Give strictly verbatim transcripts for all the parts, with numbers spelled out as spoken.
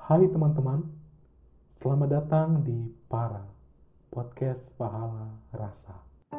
Hai teman-teman, selamat datang di Para Podcast Pahala Rasa.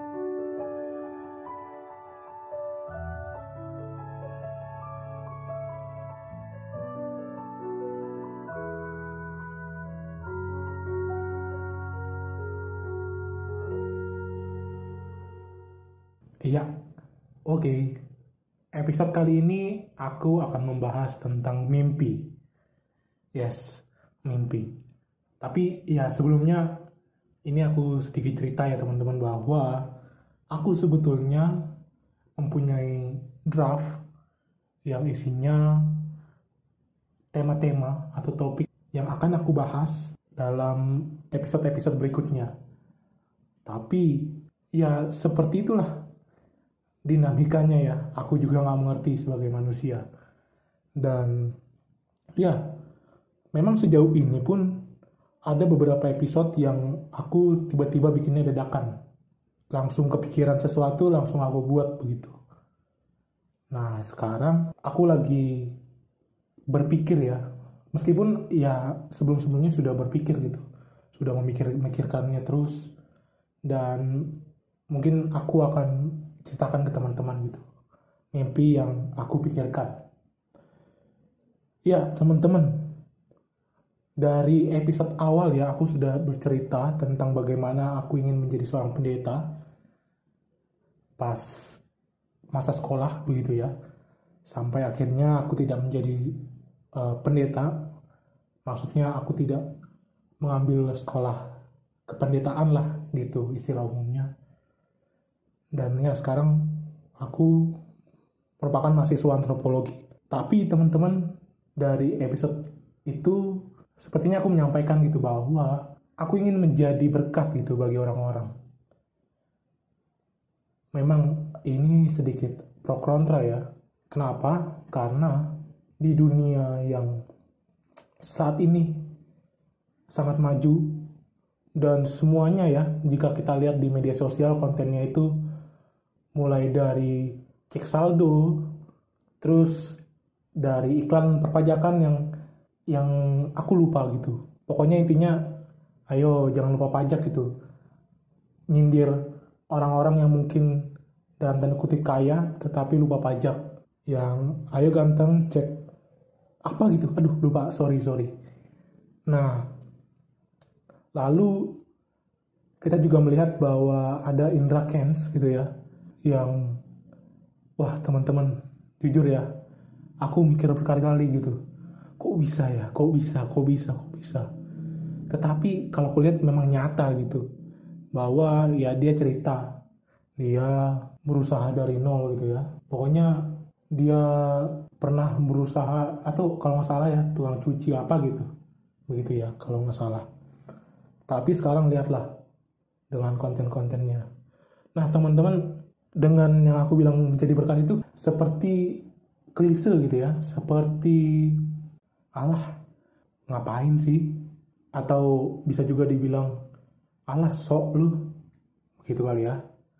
Iya, oke. Episode kali ini aku akan membahas tentang mimpi. Yes, mimpi. Tapi ya sebelumnya ini aku sedikit cerita ya teman-teman bahwa aku sebetulnya mempunyai draft yang isinya tema-tema atau topik yang akan aku bahas dalam episode-episode berikutnya. Tapi ya seperti itulah dinamikanya ya. Aku juga nggak mengerti sebagai manusia. Dan ya memang sejauh ini pun ada beberapa episode yang aku tiba-tiba bikinnya dadakan. Langsung kepikiran sesuatu, langsung aku buat begitu. Nah, sekarang aku lagi berpikir ya. Meskipun ya sebelum-sebelumnya sudah berpikir gitu. Sudah memikir-mikirkannya terus. Dan mungkin aku akan ceritakan ke teman-teman gitu. Mimpi yang aku pikirkan. Ya, teman-teman. Dari episode awal ya, aku sudah bercerita tentang bagaimana aku ingin menjadi seorang pendeta pas masa sekolah begitu ya. Sampai akhirnya aku tidak menjadi uh, pendeta. Maksudnya aku tidak mengambil sekolah kependetaan lah gitu istilah umumnya. Dan ya sekarang aku merupakan mahasiswa antropologi. Tapi teman-teman, dari episode itu sepertinya aku menyampaikan gitu bahwa aku ingin menjadi berkat gitu bagi orang-orang. Memang ini sedikit pro kontra ya. Kenapa? Karena di dunia yang saat ini sangat maju dan semuanya ya, jika kita lihat di media sosial kontennya itu mulai dari cek saldo, terus dari iklan perpajakan yang yang aku lupa gitu. Pokoknya intinya, ayo jangan lupa pajak gitu. Nyindir orang-orang yang mungkin dalam tanda kutip kaya, tetapi lupa pajak. Yang, ayo ganteng cek apa gitu. Aduh lupa, sorry sorry. Nah, lalu kita juga melihat bahwa ada Indra Kents gitu ya. Yang, wah teman-teman, jujur ya, aku mikir berkali-kali gitu. Kok bisa ya, kok bisa, kok bisa, kok bisa. Tetapi kalau aku lihat memang nyata gitu. Bahwa ya dia cerita. Dia berusaha dari nol gitu ya. Pokoknya dia pernah berusaha, atau kalau nggak salah ya, tukang cuci apa gitu. Begitu ya, kalau nggak salah. Tapi sekarang lihatlah dengan konten-kontennya. Nah teman-teman, dengan yang aku bilang menjadi berkat itu seperti klise gitu ya. Seperti alah, ngapain sih? Atau bisa juga dibilang, alah sok lu. Gitu kali ya.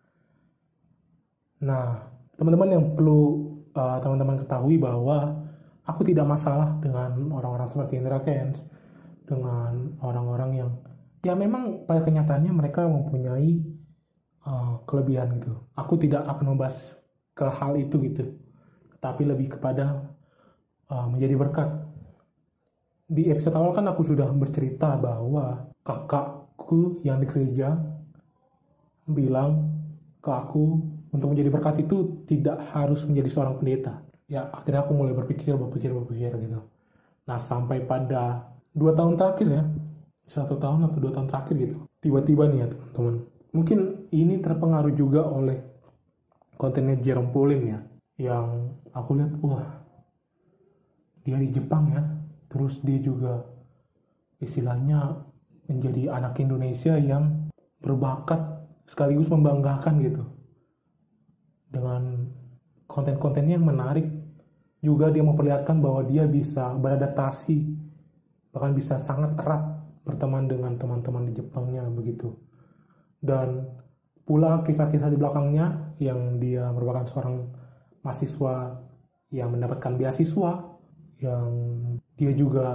Nah, teman-teman yang perlu uh, teman-teman ketahui bahwa aku tidak masalah dengan orang-orang seperti Indra Kents. Dengan orang-orang yang, ya memang pada kenyataannya mereka mempunyai uh, kelebihan gitu. Aku tidak akan membahas ke hal itu gitu. Tapi lebih kepada uh, menjadi berkat. Di episode awal kan aku sudah bercerita bahwa kakakku yang di gereja bilang ke aku untuk menjadi berkat itu tidak harus menjadi seorang pendeta. Ya akhirnya aku mulai berpikir, berpikir, berpikir gitu. Nah sampai pada dua tahun terakhir ya, satu tahun atau dua tahun terakhir gitu. Tiba-tiba nih ya teman-teman. Mungkin ini terpengaruh juga oleh kontennya Jerome Pauline ya. Yang aku lihat, wah dia di Jepang ya. Terus dia juga istilahnya menjadi anak Indonesia yang berbakat sekaligus membanggakan gitu. Dengan konten-kontennya yang menarik. Juga dia memperlihatkan bahwa dia bisa beradaptasi. Bahkan bisa sangat erat berteman dengan teman-teman di Jepangnya begitu. Dan pula kisah-kisah di belakangnya yang dia merupakan seorang mahasiswa yang mendapatkan beasiswa. Yang dia juga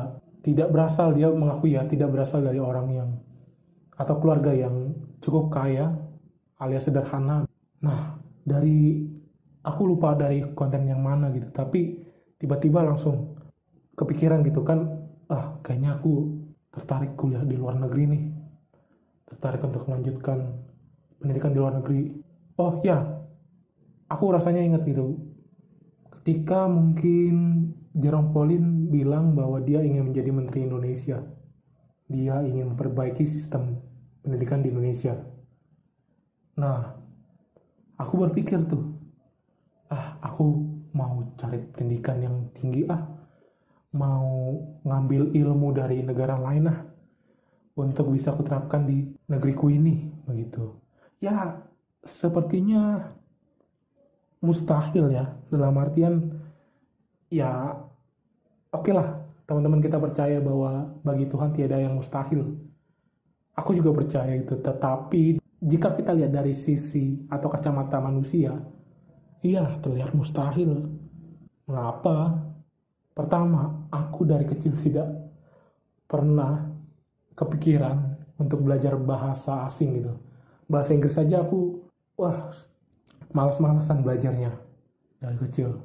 tidak berasal, dia mengakui ya, tidak berasal dari orang yang atau keluarga yang cukup kaya alias sederhana. Nah, dari aku lupa dari konten yang mana gitu, tapi tiba-tiba langsung kepikiran gitu kan, ah kayaknya aku tertarik kuliah di luar negeri nih, tertarik untuk melanjutkan pendidikan di luar negeri. Oh ya, aku rasanya ingat gitu, ketika mungkin Jerome Pauline bilang bahwa dia ingin menjadi Menteri Indonesia, dia ingin memperbaiki sistem pendidikan di Indonesia. Nah, aku berpikir tuh, ah aku mau cari pendidikan yang tinggi, ah mau ngambil ilmu dari negara lain ah, untuk bisa kuterapkan di negeriku ini, begitu. Ya, sepertinya mustahil ya, dalam artian ya oke okay lah, teman-teman kita percaya bahwa bagi Tuhan tiada yang mustahil. Aku juga percaya itu, tetapi jika kita lihat dari sisi atau kacamata manusia, iya terlihat mustahil. Mengapa? Pertama, aku dari kecil tidak pernah kepikiran untuk belajar bahasa asing gitu. Bahasa Inggris saja aku, wah, malas-malasan belajarnya dari kecil.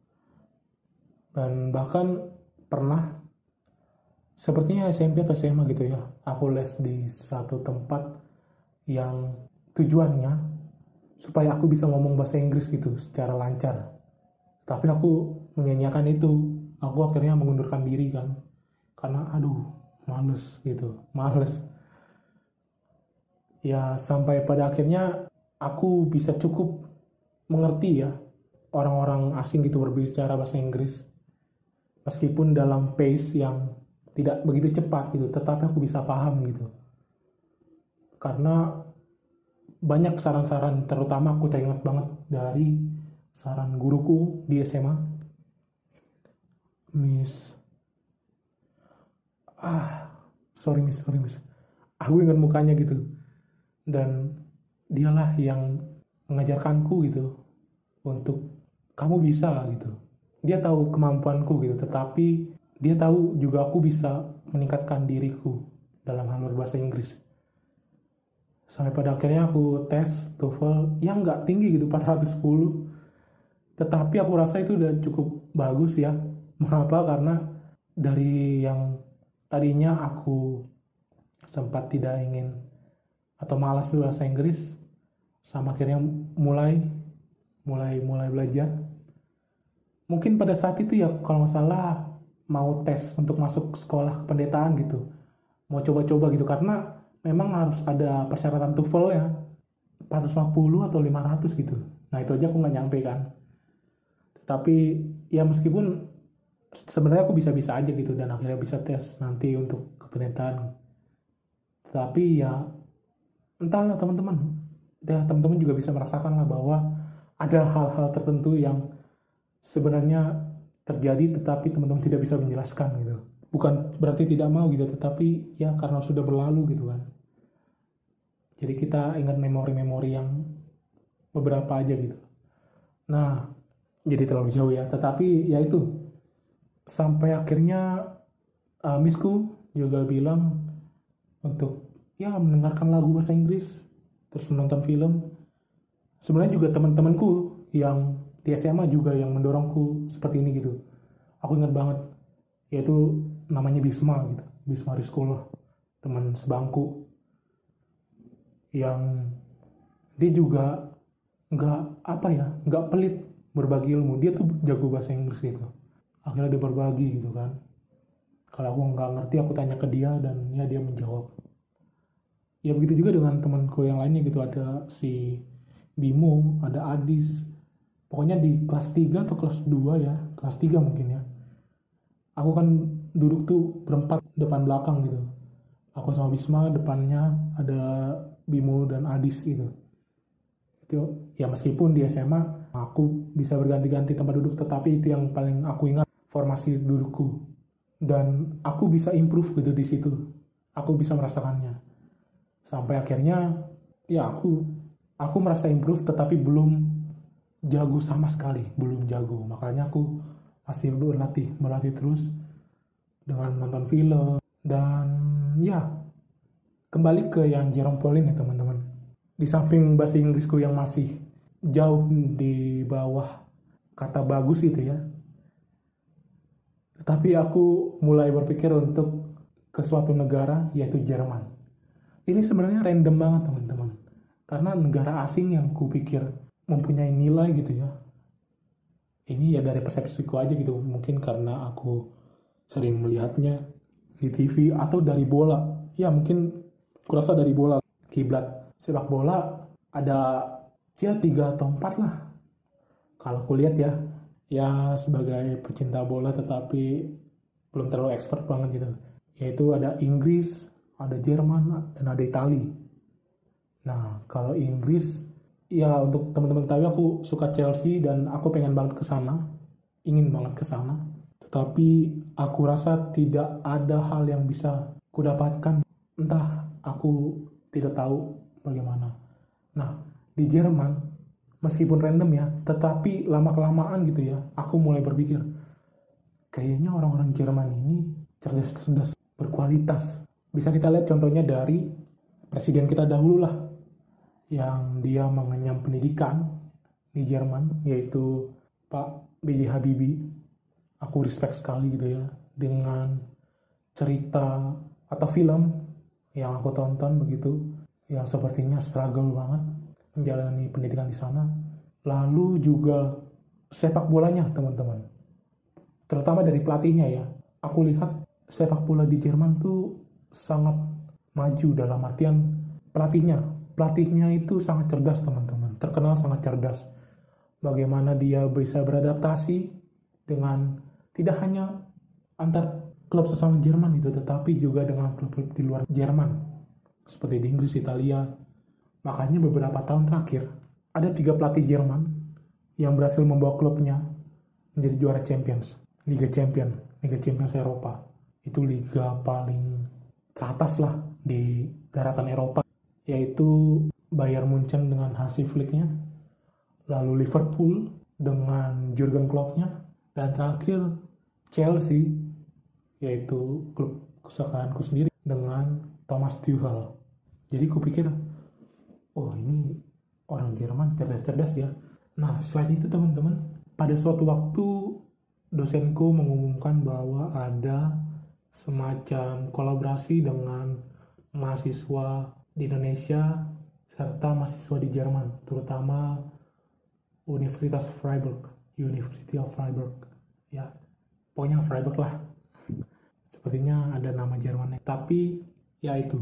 Dan bahkan pernah, sepertinya S M P atau S M A gitu ya, aku les di satu tempat yang tujuannya supaya aku bisa ngomong bahasa Inggris gitu secara lancar. Tapi aku menyanyiakan itu, aku akhirnya mengundurkan diri kan, karena aduh males gitu, males. Ya sampai pada akhirnya aku bisa cukup mengerti ya orang-orang asing gitu berbicara bahasa Inggris. Meskipun dalam pace yang tidak begitu cepat gitu, tetapi aku bisa paham gitu. Karena banyak saran-saran, terutama aku teringat banget dari saran guruku di S M A, Miss ah sorry Miss, sorry Miss, aku ingat mukanya gitu. Dan dialah yang mengajarkanku gitu untuk kamu bisa gitu. Dia tahu kemampuanku gitu, tetapi dia tahu juga aku bisa meningkatkan diriku dalam hal berbahasa Inggris. Sampai pada akhirnya aku tes TOEFL yang nggak tinggi gitu, empat ratus sepuluh. Tetapi aku rasa itu udah cukup bagus ya. Mengapa? Karena dari yang tadinya aku sempat tidak ingin atau malas bahasa Inggris, sama akhirnya mulai mulai mulai belajar. Mungkin pada saat itu ya kalau nggak salah mau tes untuk masuk sekolah kependetaan gitu, mau coba-coba gitu, karena memang harus ada persyaratan TOEFL ya empat ratus lima puluh atau lima ratus gitu. Nah itu aja aku nggak nyampe kan. Tapi ya meskipun sebenarnya aku bisa-bisa aja gitu, dan akhirnya bisa tes nanti untuk kependetaan. Tapi ya entahlah teman-teman, ya teman-teman juga bisa merasakan lah bahwa ada hal-hal tertentu yang sebenarnya terjadi tetapi teman-teman tidak bisa menjelaskan gitu. Bukan berarti tidak mau gitu, tetapi ya karena sudah berlalu gitu kan. Jadi kita ingat memori-memori yang beberapa aja gitu. Nah, jadi terlalu jauh ya. Tetapi ya itu, sampai akhirnya uh, Misku juga bilang untuk ya mendengarkan lagu bahasa Inggris, terus menonton film. Sebenarnya juga teman-temanku yang di S M A juga yang mendorongku seperti ini gitu. Aku ingat banget, yaitu namanya Bisma gitu, Bisma Rizkolah, teman sebangku, yang dia juga nggak apa ya, nggak pelit berbagi ilmu. Dia tuh jago bahasa Inggris gitu. Akhirnya dia berbagi gitu kan. Kalau aku nggak ngerti, aku tanya ke dia dan ya dia menjawab. Ya begitu juga dengan temanku yang lainnya gitu, ada si Bimo, ada Adis. Pokoknya di kelas tiga atau kelas dua ya, kelas tiga mungkin ya. Aku kan duduk tuh berempat depan belakang gitu. Aku sama Bisma, depannya ada Bimo dan Adis gitu. Itu ya meskipun di S M A aku bisa berganti-ganti tempat duduk, tetapi itu yang paling aku ingat formasi dudukku. Dan aku bisa improve gitu di situ. Aku bisa merasakannya. Sampai akhirnya ya aku aku merasa improve, tetapi belum jago sama sekali, belum jago. Makanya aku masih berlatih, berlatih terus. dengan nonton film, dan ya kembali ke yang Jerome Pauline ya teman-teman. Di samping bahasa Inggrisku yang masih jauh di bawah kata bagus itu ya, tetapi aku mulai berpikir untuk ke suatu negara yaitu Jerman. Ini sebenarnya random banget teman-teman, karena negara asing yang kupikir mempunyai nilai gitu ya. Ini ya dari persepsiku aja gitu, mungkin karena aku sering melihatnya di T V atau dari bola. Ya mungkin kurasa dari bola, kiblat sepak bola ada ya tiga atau empat lah. Kalau aku lihat ya, ya sebagai pecinta bola tetapi belum terlalu expert banget gitu. Yaitu ada Inggris, ada Jerman, dan ada Itali. Nah, kalau Inggris, ya untuk teman-teman tahu aku suka Chelsea dan aku pengen banget ke sana, ingin banget ke sana. Tetapi aku rasa tidak ada hal yang bisa kudapatkan, entah aku tidak tahu bagaimana. Nah, di Jerman, meskipun random ya, tetapi lama-kelamaan gitu ya, aku mulai berpikir, kayaknya orang-orang Jerman ini cerdas-cerdas, berkualitas. Bisa kita lihat contohnya dari presiden kita dahulu lah, yang dia mengenyam pendidikan di Jerman, yaitu Pak B J Habibie. Aku respect sekali gitu ya, dengan cerita atau film yang aku tonton begitu, yang sepertinya struggle banget menjalani pendidikan di sana. Lalu juga sepak bolanya teman-teman, terutama dari pelatihnya ya. Aku lihat sepak bola di Jerman tuh sangat maju dalam artian pelatihnya. Pelatihnya itu sangat cerdas teman-teman, terkenal sangat cerdas. Bagaimana dia bisa beradaptasi dengan tidak hanya antar klub sesama Jerman itu, tetapi juga dengan klub-klub di luar Jerman, seperti di Inggris, Italia. Makanya beberapa tahun terakhir, ada tiga pelatih Jerman yang berhasil membawa klubnya menjadi juara Champions, Liga Champion, Liga Champions Eropa. Itu liga paling teratas lah di daratan Eropa, yaitu Bayern Munchen dengan Hansi Flick-nya, lalu Liverpool dengan Jurgen Klopp-nya, dan terakhir Chelsea, yaitu klub kesukaanku sendiri, dengan Thomas Tuchel. Jadi kupikir, oh ini orang Jerman cerdas-cerdas ya. Nah selain itu teman-teman, pada suatu waktu dosenku mengumumkan bahwa ada semacam kolaborasi dengan mahasiswa di Indonesia serta mahasiswa di Jerman, terutama Universitas Freiburg, University of Freiburg. Ya, pokoknya Freiburg lah. Sepertinya ada nama Jermannya. Tapi ya itu,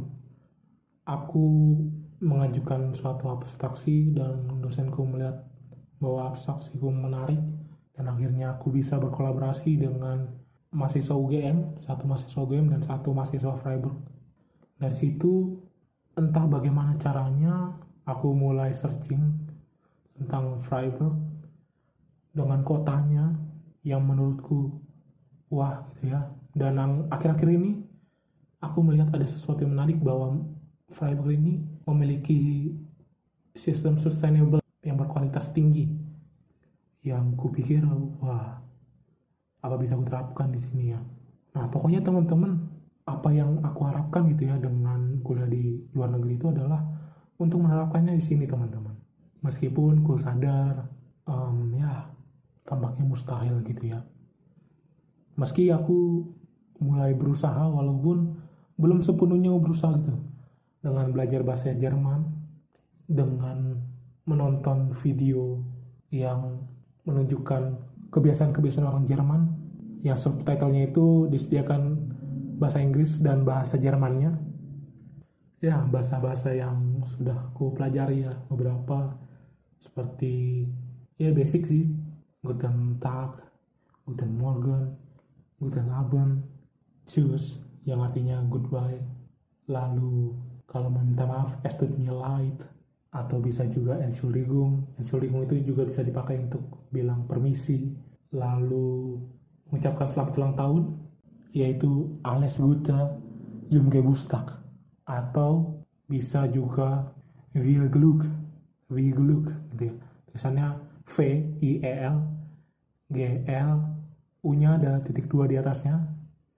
aku mengajukan suatu abstraksi dan dosenku melihat bahwa abstraksiku menarik, dan akhirnya aku bisa berkolaborasi dengan mahasiswa U G M, satu mahasiswa U G M dan satu mahasiswa Freiburg. Dari situ entah bagaimana caranya aku mulai searching tentang Freiburg dengan kotanya yang menurutku wah gitu ya. Dan akhir-akhir ini aku melihat ada sesuatu yang menarik bahwa Freiburg ini memiliki sistem sustainable yang berkualitas tinggi, yang kupikir wah apa bisa aku terapkan di sini ya. Nah pokoknya teman-teman, apa yang aku harapkan gitu ya dengan kuliah di luar negeri itu adalah untuk menerapkannya di sini teman-teman. Meskipun ku sadar um, ya tampaknya mustahil gitu ya. Meski aku mulai berusaha walaupun belum sepenuhnya berusaha gitu, dengan belajar bahasa Jerman, dengan menonton video yang menunjukkan kebiasaan-kebiasaan orang Jerman yang subtitlenya itu disediakan bahasa Inggris dan bahasa Jermannya. Ya, bahasa-bahasa yang sudah ku pelajari ya beberapa, seperti ya basic sih, Guten Tag, Guten Morgen, Guten Abend, Tschüss yang artinya goodbye. Lalu kalau meminta maaf, es tut mir leid, atau bisa juga Entschuldigung. Entschuldigung itu juga bisa dipakai untuk bilang permisi. Lalu mengucapkan selamat ulang tahun, yaitu Alles Gute zum Geburtstag, atau bisa juga Viel Glück, Viel Glück gitu ya. Tulisannya V I E L G L, U-nya ada titik dua di atasnya,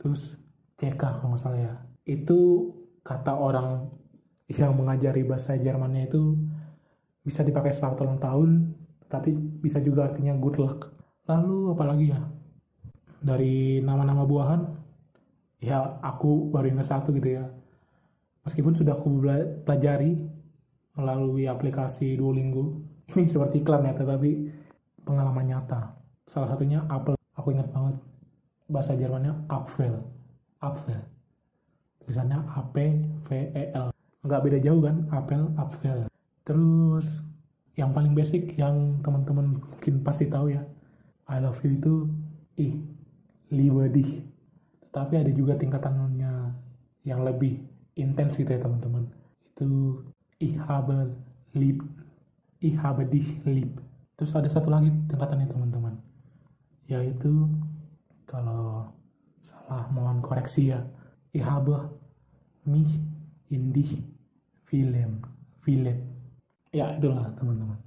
terus C K kalau nggak salah ya. Itu kata orang yang mengajari bahasa Jermannya itu bisa dipakai selamat ulang tahun, tapi bisa juga artinya good luck. Lalu apalagi ya, dari nama-nama buahan, ya aku baru ingat satu gitu ya. Meskipun sudah aku pelajari melalui aplikasi Duolingo, ini seperti iklan ya, tetapi pengalaman nyata. Salah satunya apel, aku ingat banget bahasa Jermannya Apfel, Apfel, tulisannya A P V E L, nggak beda jauh kan, apel, Apfel. Terus yang paling basic yang teman-teman mungkin pasti tahu ya, I love you itu ih, liebe dich. Tapi ada juga tingkatannya yang lebih intens gitu ya teman-teman. Itu ich habe lieb, ich habe dich lieb. Terus ada satu lagi tingkatannya teman-teman, yaitu kalau salah mohon koreksi ya, ich habe mich in dich Willem, Willem. Ya itulah teman-teman.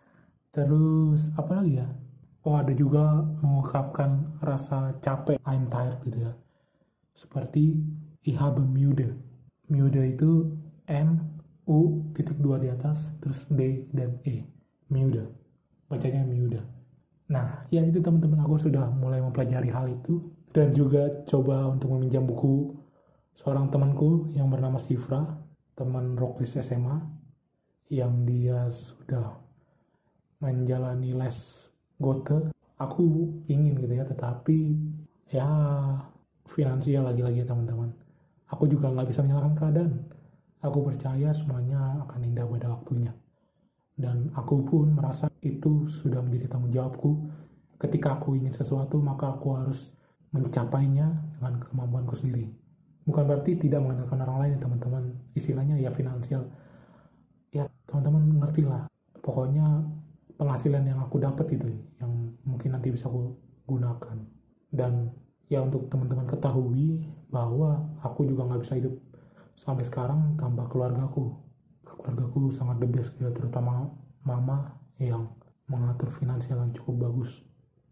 Terus apa lagi ya? Oh ada juga mengungkapkan rasa capek, I'm tired gitu ya. Seperti ich habe müde. Müde itu M U titik dua di atas, terus D dan E. Müde. Bacanya müde. Nah ya itu teman-teman, aku sudah mulai mempelajari hal itu. Dan juga coba untuk meminjam buku seorang temanku yang bernama Sifra, teman Rocklis S M A, yang dia sudah menjalani les Goethe. Aku ingin gitu ya, tetapi ya finansial lagi-lagi teman-teman. Aku juga nggak bisa menyalahkan keadaan. Aku percaya semuanya akan indah pada waktunya. Dan aku pun merasa itu sudah menjadi tanggung jawabku. Ketika aku ingin sesuatu, maka aku harus mencapainya dengan kemampuanku sendiri. Bukan berarti tidak mengandalkan orang lain teman-teman. Istilahnya ya finansial. Ya teman-teman ngerti lah. Pokoknya penghasilan yang aku dapat itu yang mungkin nanti bisa aku gunakan. Dan ya untuk teman-teman ketahui bahwa aku juga nggak bisa hidup sampai sekarang tanpa keluargaku. Keluargaku sangat the best ya, terutama mama yang mengatur finansial yang cukup bagus.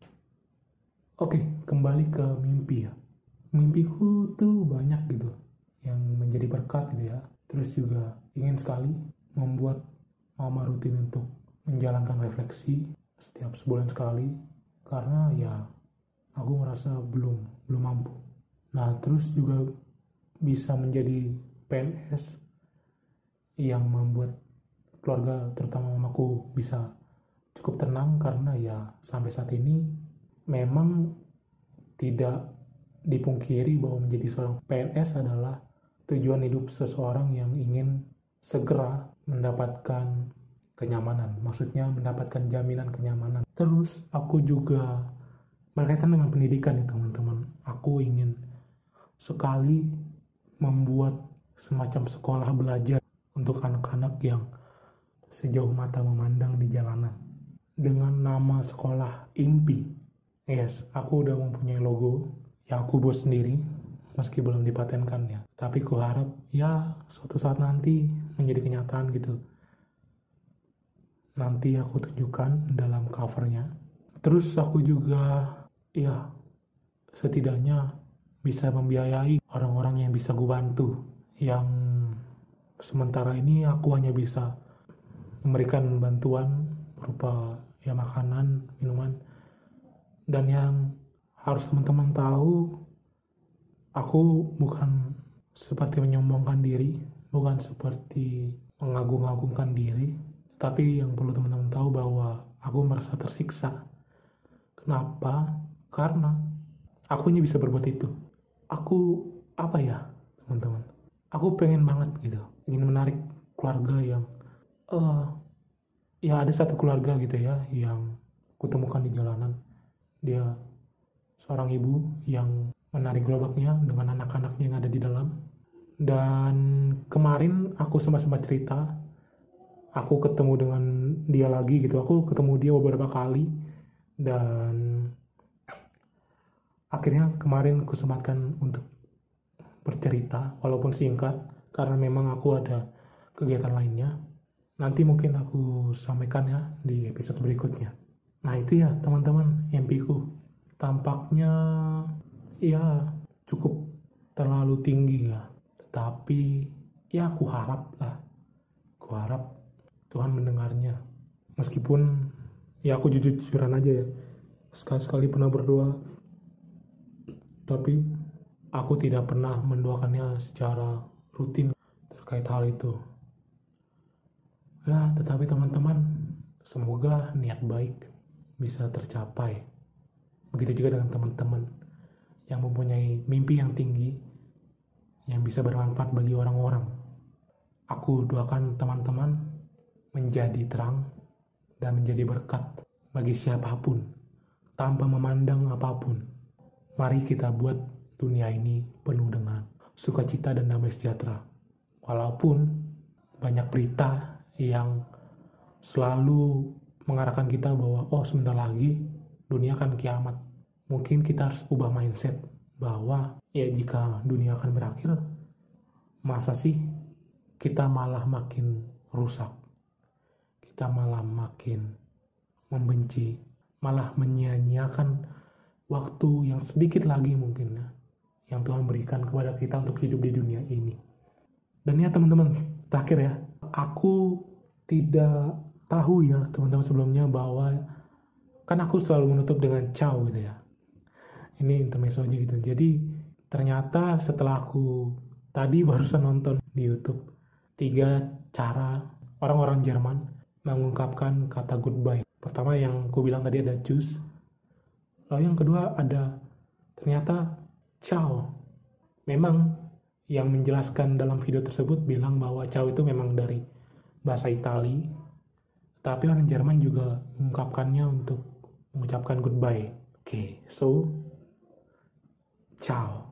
Oke, kembali ke mimpi ya. Mimpiku tuh banyak gitu yang menjadi berkat gitu ya. Terus juga ingin sekali membuat mama rutin untuk menjalankan refleksi setiap sebulan sekali, karena ya aku merasa belum belum mampu. Nah terus juga bisa menjadi P N S yang membuat keluarga terutama mamaku bisa cukup tenang, karena ya sampai saat ini memang tidak dipungkiri bahwa menjadi seorang P N S adalah tujuan hidup seseorang yang ingin segera mendapatkan kenyamanan, maksudnya mendapatkan jaminan kenyamanan. Terus aku juga berkaitan dengan pendidikan ya teman-teman. Aku ingin sekali membuat semacam sekolah belajar untuk anak-anak yang sejauh mata memandang di jalanan dengan nama sekolah Impi. Yes, aku udah mempunyai logo yang aku buat sendiri meski belum dipatenkan ya. Tapi ku harap ya suatu saat nanti menjadi kenyataan gitu. Nanti aku tunjukkan dalam covernya. Terus aku juga ya setidaknya bisa membiayai orang-orang yang bisa gue bantu, yang sementara ini aku hanya bisa memberikan bantuan berupa ya makanan, minuman. Dan yang harus teman-teman tahu, aku bukan seperti menyombongkan diri, bukan seperti mengagung-agungkan diri. Tapi yang perlu teman-teman tahu bahwa aku merasa tersiksa. Kenapa? Karena aku hanya bisa berbuat itu. Aku, apa ya teman-teman? Aku pengen banget gitu, ingin menarik keluarga yang, uh, ya ada satu keluarga gitu ya, yang kutemukan di jalanan. Dia seorang ibu yang menarik gerobaknya dengan anak-anaknya yang ada di dalam. Dan kemarin aku sempat-sempat cerita, aku ketemu dengan dia lagi gitu. Aku ketemu dia beberapa kali dan akhirnya kemarin aku sempatkan untuk bercerita walaupun singkat karena memang aku ada kegiatan lainnya. Nanti mungkin aku sampaikan ya di episode berikutnya. Nah itu ya teman-teman, mimpiku tampaknya ya cukup terlalu tinggi ya. Tetapi ya aku harap lah, aku harap Tuhan mendengarnya. Meskipun ya aku jujur-jujuran aja ya, sekali-sekali pernah berdoa, tapi aku tidak pernah mendoakannya secara rutin terkait hal itu. Ya, tetapi teman-teman, semoga niat baik bisa tercapai. Begitu juga dengan teman-teman yang mempunyai mimpi yang tinggi, yang bisa bermanfaat bagi orang-orang. Aku doakan teman-teman menjadi terang dan menjadi berkat bagi siapapun, tanpa memandang apapun. Mari kita buat dunia ini penuh dengan sukacita dan damai sejahtera. Walaupun banyak berita yang selalu mengarahkan kita bahwa oh sebentar lagi dunia akan kiamat. Mungkin kita harus ubah mindset bahwa ya jika dunia akan berakhir, masa sih kita malah makin rusak, kita malah makin membenci, malah menyia-nyiakan waktu yang sedikit lagi mungkin ya, yang Tuhan berikan kepada kita untuk hidup di dunia ini. Dan ya teman-teman, terakhir ya, aku tidak tahu ya teman-teman sebelumnya bahwa kan aku selalu menutup dengan ciao gitu ya. Ini intermezzo aja gitu. Jadi ternyata setelah aku tadi barusan nonton di YouTube tiga cara orang-orang Jerman mengungkapkan kata goodbye. Pertama yang aku bilang tadi ada tschüss. Lalu yang kedua ada ternyata ciao. Memang yang menjelaskan dalam video tersebut bilang bahwa ciao itu memang dari bahasa Itali, tapi orang Jerman juga mengungkapkannya untuk mengucapkan goodbye. Oke, okay, so ciao.